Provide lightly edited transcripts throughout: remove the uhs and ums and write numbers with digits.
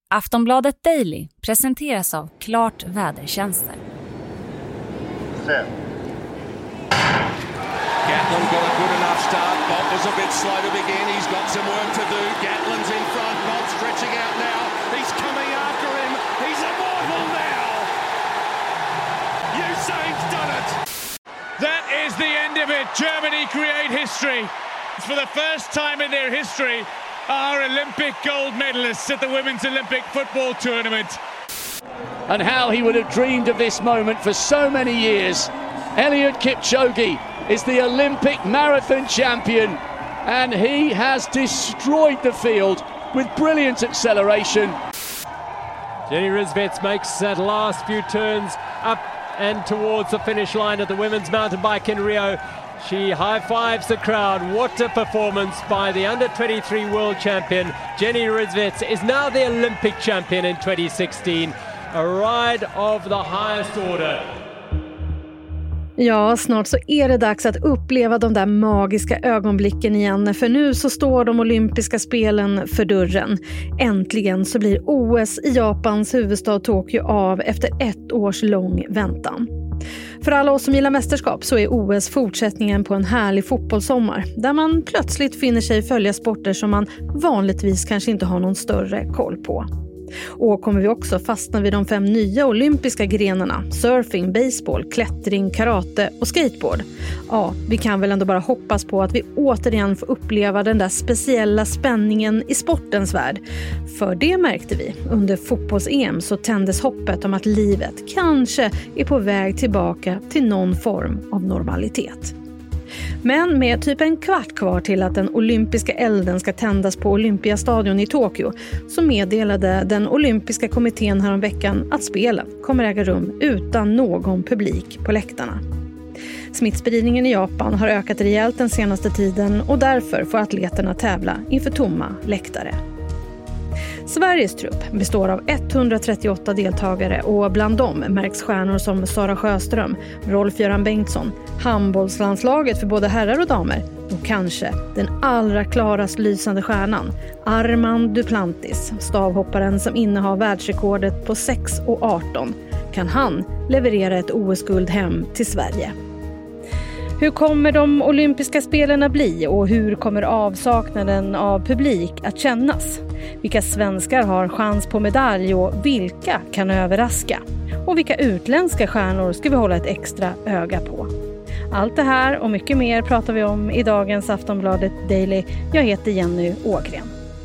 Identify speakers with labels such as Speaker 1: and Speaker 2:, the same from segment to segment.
Speaker 1: Aftonbladet Daily presenteras av Klart Vädertjänster.
Speaker 2: Gatlin got a good enough start. Bob was a bit slow to begin. He's got some work to do. Gatlin's in front. Bob stretching out now. He's coming after him. He's immortal now. Usain's done it.
Speaker 3: That is the end of it. Germany create history. For the first time in their history, our Olympic gold medalists at the Women's Olympic Football Tournament.
Speaker 4: And how he would have dreamed of this moment for so many years. Eliud Kipchoge is the Olympic marathon champion, and he has destroyed the field with brilliant acceleration.
Speaker 5: Jenny Rizvets makes that last few turns up and towards the finish line of the women's mountain bike in Rio. She high-fives the crowd. What a performance by the under-23 world champion. Jenny Rizvets is now the Olympic champion in 2016. A ride of the highest order.
Speaker 6: Ja, snart så är det dags att uppleva de där magiska ögonblicken igen, för nu så står de olympiska spelen för dörren. Äntligen så blir OS i Japans huvudstad Tokyo av efter 1 års lång väntan. För alla oss som gillar mästerskap så är OS fortsättningen på en härlig fotbollssommar där man plötsligt finner sig följa sporter som man vanligtvis kanske inte har någon större koll på. Och kommer vi också fastna vid de 5 nya olympiska grenarna: surfing, baseball, klättring, karate och skateboard. Ja, vi kan väl ändå bara hoppas på att vi återigen får uppleva den där speciella spänningen i sportens värld. För det märkte vi. Under fotbolls-EM så tändes hoppet om att livet kanske är på väg tillbaka till någon form av normalitet. Men med typ en kvart kvar till att den olympiska elden ska tändas på Olympiastadion i Tokyo så meddelade den olympiska kommittén häromveckan att spelen kommer äga rum utan någon publik på läktarna. Smittspridningen i Japan har ökat rejält den senaste tiden och därför får atleterna tävla inför tomma läktare. Sveriges trupp består av 138 deltagare och bland dem märks stjärnor som Sara Sjöström, Rolf-Göran Bengtsson, handbollslandslaget för både herrar och damer och kanske den allra klarast lysande stjärnan, Armand Duplantis, stavhopparen som innehar världsrekordet på 6,18. Kan han leverera ett OS-guld hem till Sverige? Hur kommer de olympiska spelen att bli och hur kommer avsaknaden av publik att kännas? Vilka svenskar har chans på medalj och vilka kan överraska? Och vilka utländska stjärnor ska vi hålla ett extra öga på? Allt det här och mycket mer pratar vi om i dagens Aftonbladet Daily. Jag heter Jenny Ågren.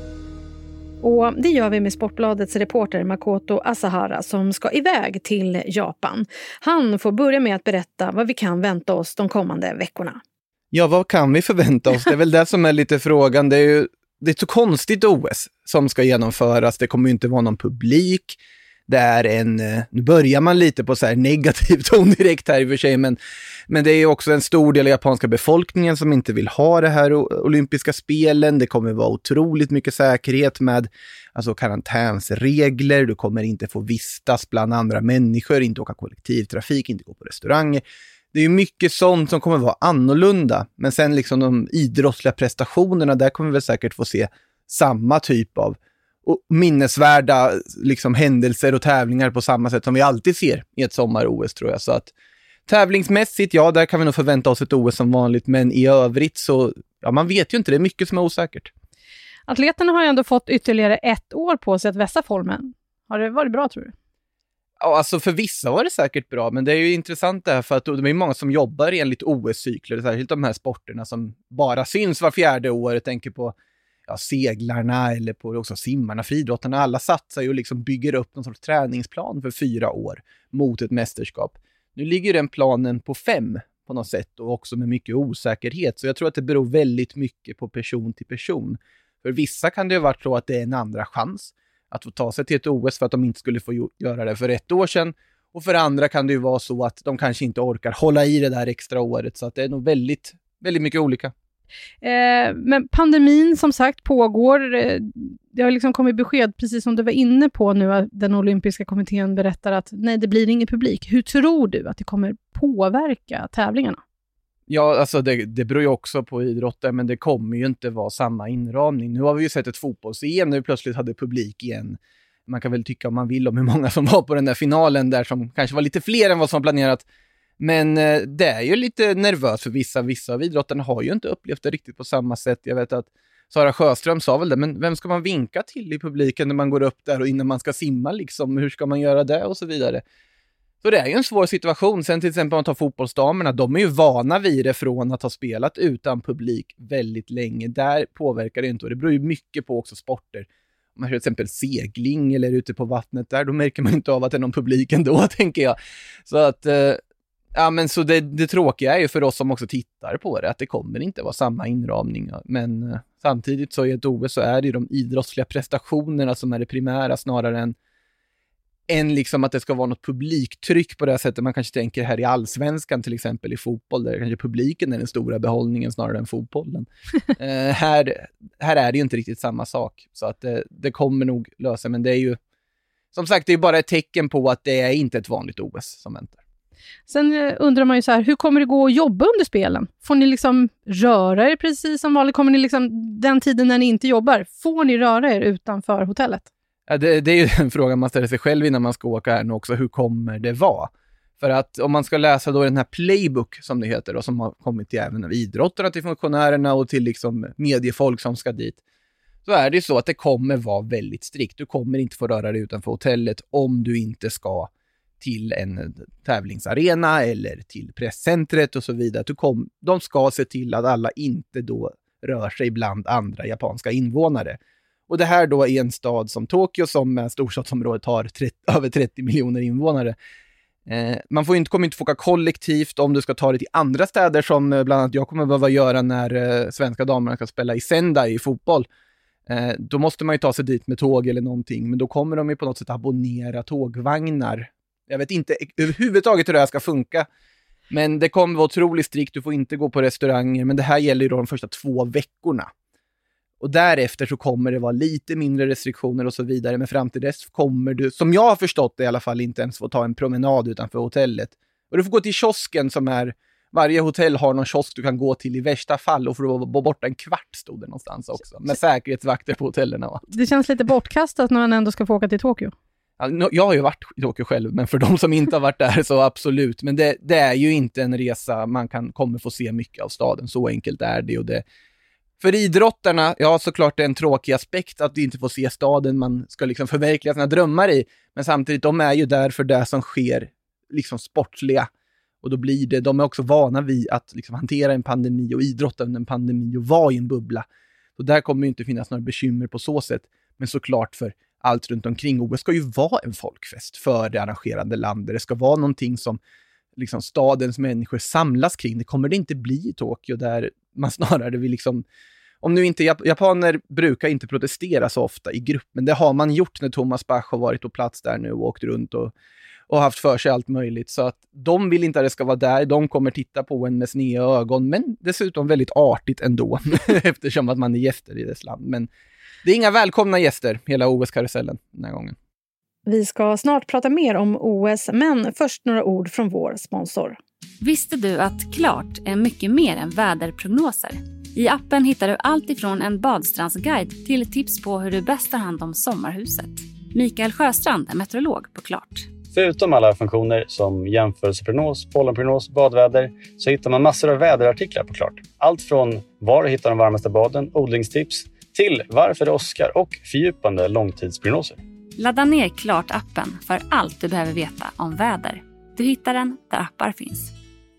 Speaker 6: Och det gör vi med Sportbladets reporter Makoto Asahara som ska iväg till Japan. Han får börja med att berätta vad vi kan vänta oss de kommande veckorna.
Speaker 7: Ja, vad kan vi förvänta oss? Det är väl det som är lite frågan. Det är så konstigt OS som ska genomföras. Det kommer ju inte vara någon publik. Det är nu börjar man lite på så här negativ ton direkt här i och för sig, men det är också en stor del av japanska befolkningen som inte vill ha det här olympiska spelen. Det kommer vara otroligt mycket säkerhet med alltså karantänsregler. Du kommer inte få vistas bland andra människor, inte åka kollektivtrafik, inte gå på restauranger. Det är ju mycket sånt som kommer vara annorlunda, men sen liksom de idrottsliga prestationerna, där kommer vi väl säkert få se samma typ av och minnesvärda liksom händelser och tävlingar på samma sätt som vi alltid ser i ett sommar-OS, tror jag. Så att tävlingsmässigt, ja, där kan vi nog förvänta oss ett OS som vanligt, men i övrigt så, ja, man vet ju inte, det är mycket som är osäkert.
Speaker 6: Atleterna har ju ändå fått ytterligare 1 år på sig att vässa formen. Har det varit bra, tror du?
Speaker 7: Ja, alltså för vissa var det säkert bra, men det är ju intressant det här för att det är många som jobbar enligt OS-cykler, särskilt de här sporterna som bara syns var 4:e år. Jag tänker på seglarna eller på också simmarna, friidrottarna. Alla satsar ju och liksom bygger upp någon sorts träningsplan för 4 år mot ett mästerskap. Nu ligger den planen på 5 på något sätt och också med mycket osäkerhet. Så jag tror att det beror väldigt mycket på person till person. För vissa kan det ju varit så att det är en andra chans att få ta sig till ett OS för att de inte skulle få göra det för 1 år sedan. Och för andra kan det ju vara så att de kanske inte orkar hålla i det där extra året. Så att det är nog väldigt, väldigt mycket olika.
Speaker 6: Men pandemin som sagt pågår. Det har liksom kommit besked, precis som du var inne på nu, att den olympiska kommittén berättar att nej, det blir ingen publik. Hur tror du att det kommer påverka tävlingarna?
Speaker 7: Ja, alltså det beror ju också på idrotten, men det kommer ju inte vara samma inramning. Nu har vi ju sett ett fotbolls-EM när vi plötsligt hade publik igen. man kan väl tycka om man vill om hur många som var på den där finalen där som kanske var lite fler än vad som var planerat. Men det är ju lite nervöst för vissa av idrottarna har ju inte upplevt det riktigt på samma sätt. Jag vet att Sara Sjöström sa väl det, men vem ska man vinka till i publiken när man går upp där och innan man ska simma liksom, hur ska man göra det och så vidare. Så det är ju en svår situation. Sen till exempel om man tar fotbollsdamerna, de är ju vana vid det från att ha spelat utan publik väldigt länge. Där påverkar det inte och det beror ju mycket på också sporter. Om man kör till exempel segling eller ute på vattnet där, då märker man inte av att det är någon publik ändå, tänker jag. Så att, men så det tråkiga är ju för oss som också tittar på det, att det kommer inte vara samma inramning. Men samtidigt så i ett OS så är det ju de idrottsliga prestationerna som är det primära snarare än liksom att det ska vara något publiktryck på det här sättet. Man kanske tänker här i allsvenskan till exempel i fotboll, där kanske publiken är den stora behållningen snarare än fotbollen. Här är det ju inte riktigt samma sak. Så att det kommer nog lösa, men det är ju som sagt, det är bara ett tecken på att det är inte ett vanligt OS som väntar.
Speaker 6: Sen undrar man ju så här, hur kommer det gå att jobba under spelen? Får ni liksom röra er precis som vanligt? Kommer ni liksom, den tiden när ni inte jobbar, får ni röra er utanför hotellet?
Speaker 7: Ja, det är ju en fråga man ställer sig själv innan man ska åka här nu också. Hur kommer det vara? För att om man ska läsa då den här playbook som det heter då, som har kommit till även av idrottarna, till funktionärerna och till liksom mediefolk som ska dit, så är det ju så att det kommer vara väldigt strikt. Du kommer inte få röra dig utanför hotellet om du inte ska till en tävlingsarena eller till presscentret och så vidare. De ska se till att alla inte då rör sig bland andra japanska invånare. Och det här då i en stad som Tokyo som med storstadsområdet har över 30 miljoner invånare. Man kommer inte få åka kollektivt om du ska ta det till andra städer som bland annat jag kommer behöva göra när svenska damerna ska spela i Sendai i fotboll. Då måste man ju ta sig dit med tåg eller någonting, men då kommer de ju på något sätt abonnera tågvagnar. Jag vet inte överhuvudtaget hur det här ska funka, men det kommer vara otroligt strikt. Du får inte gå på restauranger, men det här gäller ju då de första 2 veckorna. Och därefter så kommer det vara lite mindre restriktioner och så vidare, men fram till dess kommer du, som jag har förstått det i alla fall, inte ens få ta en promenad utanför hotellet. Och du får gå till kiosken som är, varje hotell har någon kiosk du kan gå till i värsta fall, och för att vara borta en kvart stod det någonstans också, med säkerhetsvakter på hotellerna. Va? Det känns lite bortkastat när man ändå ska få åka till Tokyo. Jag har ju varit i Tokyo själv, men för de som inte har varit där så absolut. Men det är ju inte en resa man kommer få se mycket av staden. Så enkelt är det. Och det för idrottarna, ja såklart det är en tråkig aspekt att de inte får se staden man ska liksom förverkliga sina drömmar i. Men samtidigt, de är ju där för det som sker liksom sportsliga. Och då blir det, de är också vana vid att liksom hantera en pandemi och idrotta under en pandemi och vara i en bubbla. Så där kommer ju inte finnas några bekymmer på så sätt. Men såklart för allt runt omkring. OS ska ju vara en folkfest för det arrangerande landet. Det ska vara någonting som liksom stadens människor samlas kring. Det kommer det inte bli i Tokyo, där man snarare vill liksom, om nu inte japaner brukar inte protestera så ofta i grupp, men det har man gjort när Thomas Bach har varit på plats där nu och åkt runt och haft för sig allt möjligt. Så att de vill inte att det ska vara där. De kommer titta på en med sneda ögon, men dessutom väldigt artigt ändå eftersom att man är gäster i dess land. Men det är inga välkomna gäster, hela OS-karusellen den här gången.
Speaker 6: Vi ska snart prata mer om OS, men först några ord från vår sponsor.
Speaker 1: Visste du att Klart är mycket mer än väderprognoser? I appen hittar du allt ifrån en badstrandsguide till tips på hur du bäst tar hand om sommarhuset. Mikael Sjöstrand är meteorolog på Klart.
Speaker 8: Förutom alla funktioner som jämförelseprognos, pollenprognos, badväder, så hittar man massor av väderartiklar på Klart. Allt från var du hittar de varmaste baden, odlingstips, till varför det åskar och fördjupande långtidsprognoser.
Speaker 1: Ladda ner Klart-appen för allt du behöver veta om väder. Du hittar den där appar finns.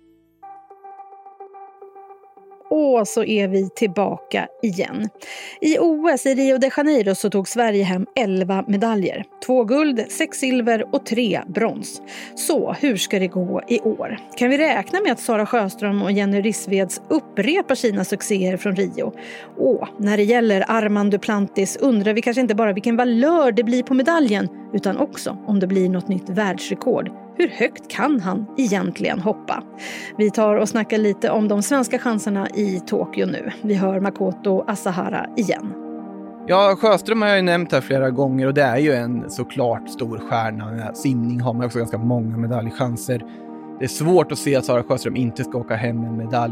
Speaker 6: Och så är vi tillbaka igen. I OS i Rio de Janeiro så tog Sverige hem 11 medaljer. 2 guld, 6 silver och 3 brons. Så hur ska det gå i år? Kan vi räkna med att Sara Sjöström och Jenny Rissveds upprepar sina succéer från Rio? Och när det gäller Armand Duplantis undrar vi kanske inte bara vilken valör det blir på medaljen, utan också om det blir något nytt världsrekord. Hur högt kan han egentligen hoppa? Vi tar och snackar lite om de svenska chanserna i Tokyo nu. Vi hör Makoto Asahara igen.
Speaker 7: Ja, Sjöström har jag ju nämnt här flera gånger och det är ju en såklart stor stjärna. Simning har man också ganska många medaljchanser. Det är svårt att se att Sara Sjöström inte ska åka hem med en medalj.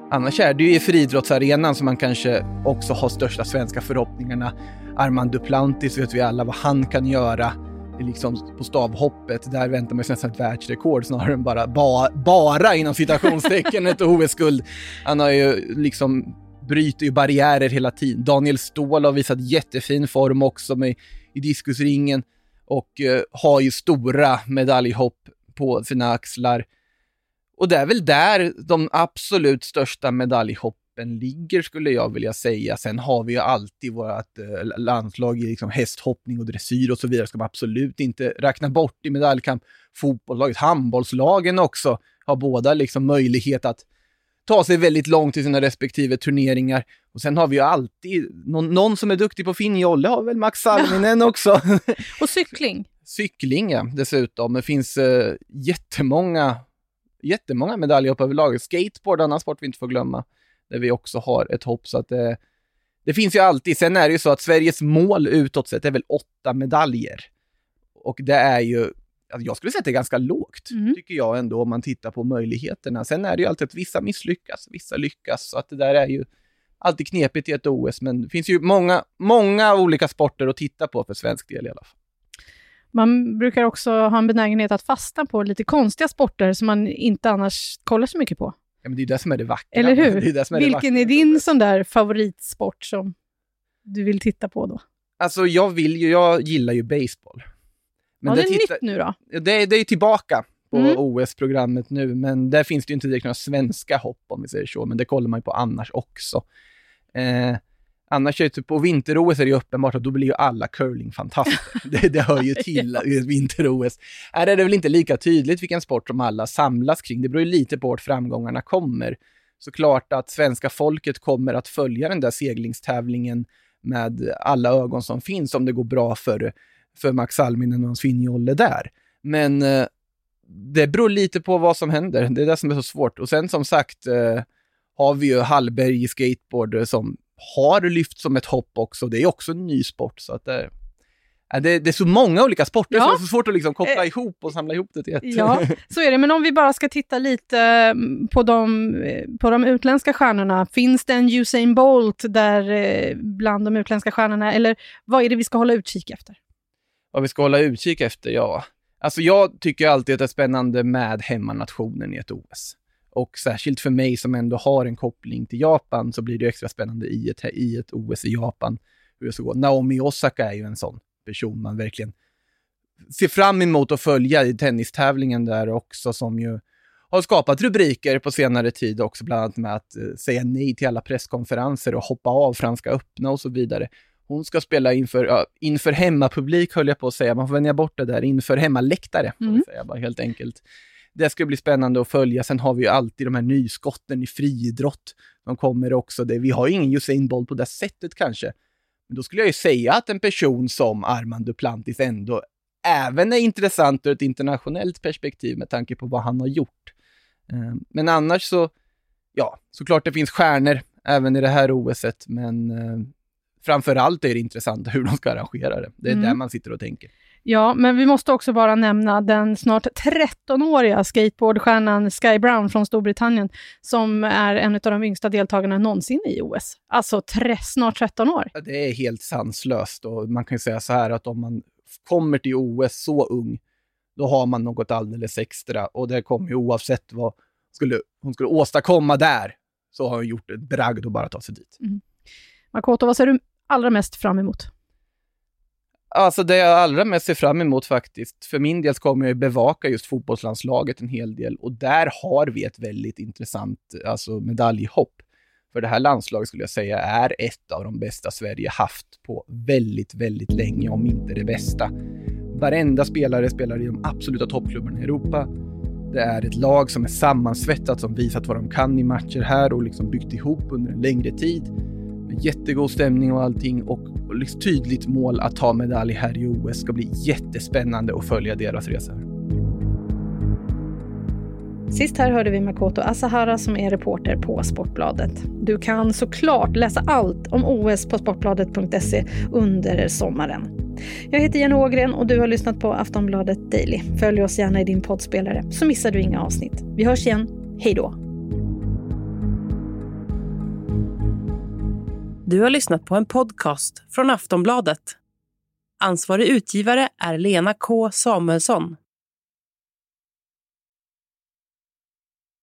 Speaker 7: Annars är det ju i friidrottsarenan som man kanske också har största svenska förhoppningarna. Armand Duplantis vet vi alla vad han kan göra liksom på stavhoppet. Där väntar man sig nästan ett världsrekord snarare än bara inom citationstecken ett OS-guld. Han har ju liksom bryter ju barriärer hela tiden. Daniel Ståhl har visat jättefin form också i diskusringen och har ju stora medaljhopp på sina axlar. Och det är väl där de absolut största medaljhoppen ligger skulle jag vilja säga. Sen har vi ju alltid vårt landslag i liksom hästhoppning och dressyr och så vidare. Ska man absolut inte räkna bort i medaljkamp. Fotbollslaget, handbollslagen också har båda liksom möjlighet att ta sig väldigt långt i sina respektive turneringar. Och sen har vi ju alltid någon som är duktig på finjolle har väl Max Salminen också.
Speaker 6: Och cykling.
Speaker 7: Cykling, ja, dessutom. Det finns jättemånga medaljer upp överlag. Skateboard, annan sport vi inte får glömma. Där vi också har ett hopp. Så att det finns ju alltid. Sen är det ju så att Sveriges mål utåt sett är väl 8 medaljer. Och det är ju, jag skulle säga att det är ganska lågt, tycker jag ändå, om man tittar på möjligheterna. Sen är det ju alltid att vissa misslyckas, vissa lyckas. Så att det där är ju alltid knepigt i ett OS. Men det finns ju många olika sporter att titta på för svensk del i alla fall.
Speaker 6: Man brukar också ha en benägenhet att fastna på lite konstiga sporter som man inte annars kollar så mycket på.
Speaker 7: Ja, men det är det som är det vackra.
Speaker 6: Eller hur?
Speaker 7: Det är det som är
Speaker 6: Vilken är din sån där favoritsport som du vill titta på då?
Speaker 7: Alltså jag gillar ju baseball. Men
Speaker 6: det är nytt nu då?
Speaker 7: Det är tillbaka på OS-programmet nu, men där finns det ju inte direkt några svenska hopp om vi säger så, men det kollar man ju på annars också. Annars är det typ på vinter-OS är det ju uppenbart att då blir ju alla curling-fantaster. det hör ju till vinter-OS. Är det väl inte lika tydligt vilken sport som alla samlas kring. Det beror ju lite på vart framgångarna kommer. Så klart att svenska folket kommer att följa den där seglingstävlingen med alla ögon som finns om det går bra för Max Salminen och hans finjolle där. Men det beror lite på vad som händer. Det är det som är så svårt. Och sen som sagt har vi ju Hallberg i skateboard som har lyft som ett hopp också. Det är också en ny sport. Så att det är så många olika sporter så det är så svårt att liksom koppla ihop och samla ihop det till ett.
Speaker 6: Ja, så är det. Men om vi bara ska titta lite på de utländska stjärnorna. Finns det en Usain Bolt där bland de utländska stjärnorna? Eller vad är det vi ska hålla utkik efter?
Speaker 7: Vad vi ska hålla utkik efter, ja. Alltså jag tycker alltid att det är spännande med hemmanationen i ett OS. Och särskilt för mig som ändå har en koppling till Japan så blir det extra spännande i ett OS i Japan. Hur det ska gå. Naomi Osaka är ju en sån person man verkligen ser fram emot att följa i tennistävlingen där också, som ju har skapat rubriker på senare tid också, bland annat med att säga nej till alla presskonferenser och hoppa av Franska öppna och så vidare. Hon ska spela inför hemmapublik, höll jag på att säga. Man får vänja bort det där. Inför hemmaläktare, får vi säga, bara helt enkelt. Det ska bli spännande att följa. Sen har vi ju alltid de här nyskotten i friidrott. De kommer också. Vi har ju ingen Usain Bolt på det sättet kanske. Men då skulle jag ju säga att en person som Armand Duplantis ändå även är intressant ur ett internationellt perspektiv med tanke på vad han har gjort. Men annars så, ja, såklart det finns stjärnor även i det här OSet. Men framförallt är det intressant hur de ska arrangera det. Det är där man sitter och tänker.
Speaker 6: Ja, men vi måste också bara nämna den snart 13-åriga skateboardstjärnan Sky Brown från Storbritannien som är en av de yngsta deltagarna någonsin i OS. Alltså snart 13 år.
Speaker 7: Det är helt sanslöst och man kan ju säga så här att om man kommer till OS så ung, då har man något alldeles extra och det kommer ju oavsett vad hon skulle åstadkomma där, så har hon gjort ett bragd och bara ta sig dit.
Speaker 6: Makoto, vad ser du allra mest fram emot?
Speaker 7: Alltså det jag allra mest ser fram emot faktiskt, för min del kommer jag bevaka just fotbollslandslaget en hel del och där har vi ett väldigt intressant medaljhopp. För det här landslaget skulle jag säga är ett av de bästa Sverige haft på väldigt, väldigt länge, om inte det bästa. Varenda spelare spelar i de absoluta toppklubbarna i Europa. Det är ett lag som är sammansvettat, som visat vad de kan i matcher här och liksom byggt ihop under en längre tid. Jättegod stämning och allting och liksom tydligt mål att ta medalj här i OS. Ska bli jättespännande att följa deras resor.
Speaker 6: Sist här hörde vi Makoto Asahara som är reporter på Sportbladet. Du kan såklart läsa allt om OS på sportbladet.se under sommaren. Jag heter Jenny Ågren och du har lyssnat på Aftonbladet Daily. Följ oss gärna i din poddspelare så missar du inga avsnitt. Vi hörs igen. Hej då!
Speaker 9: Du har lyssnat på en podcast från Aftonbladet. Ansvarig utgivare är Lena K. Samuelsson.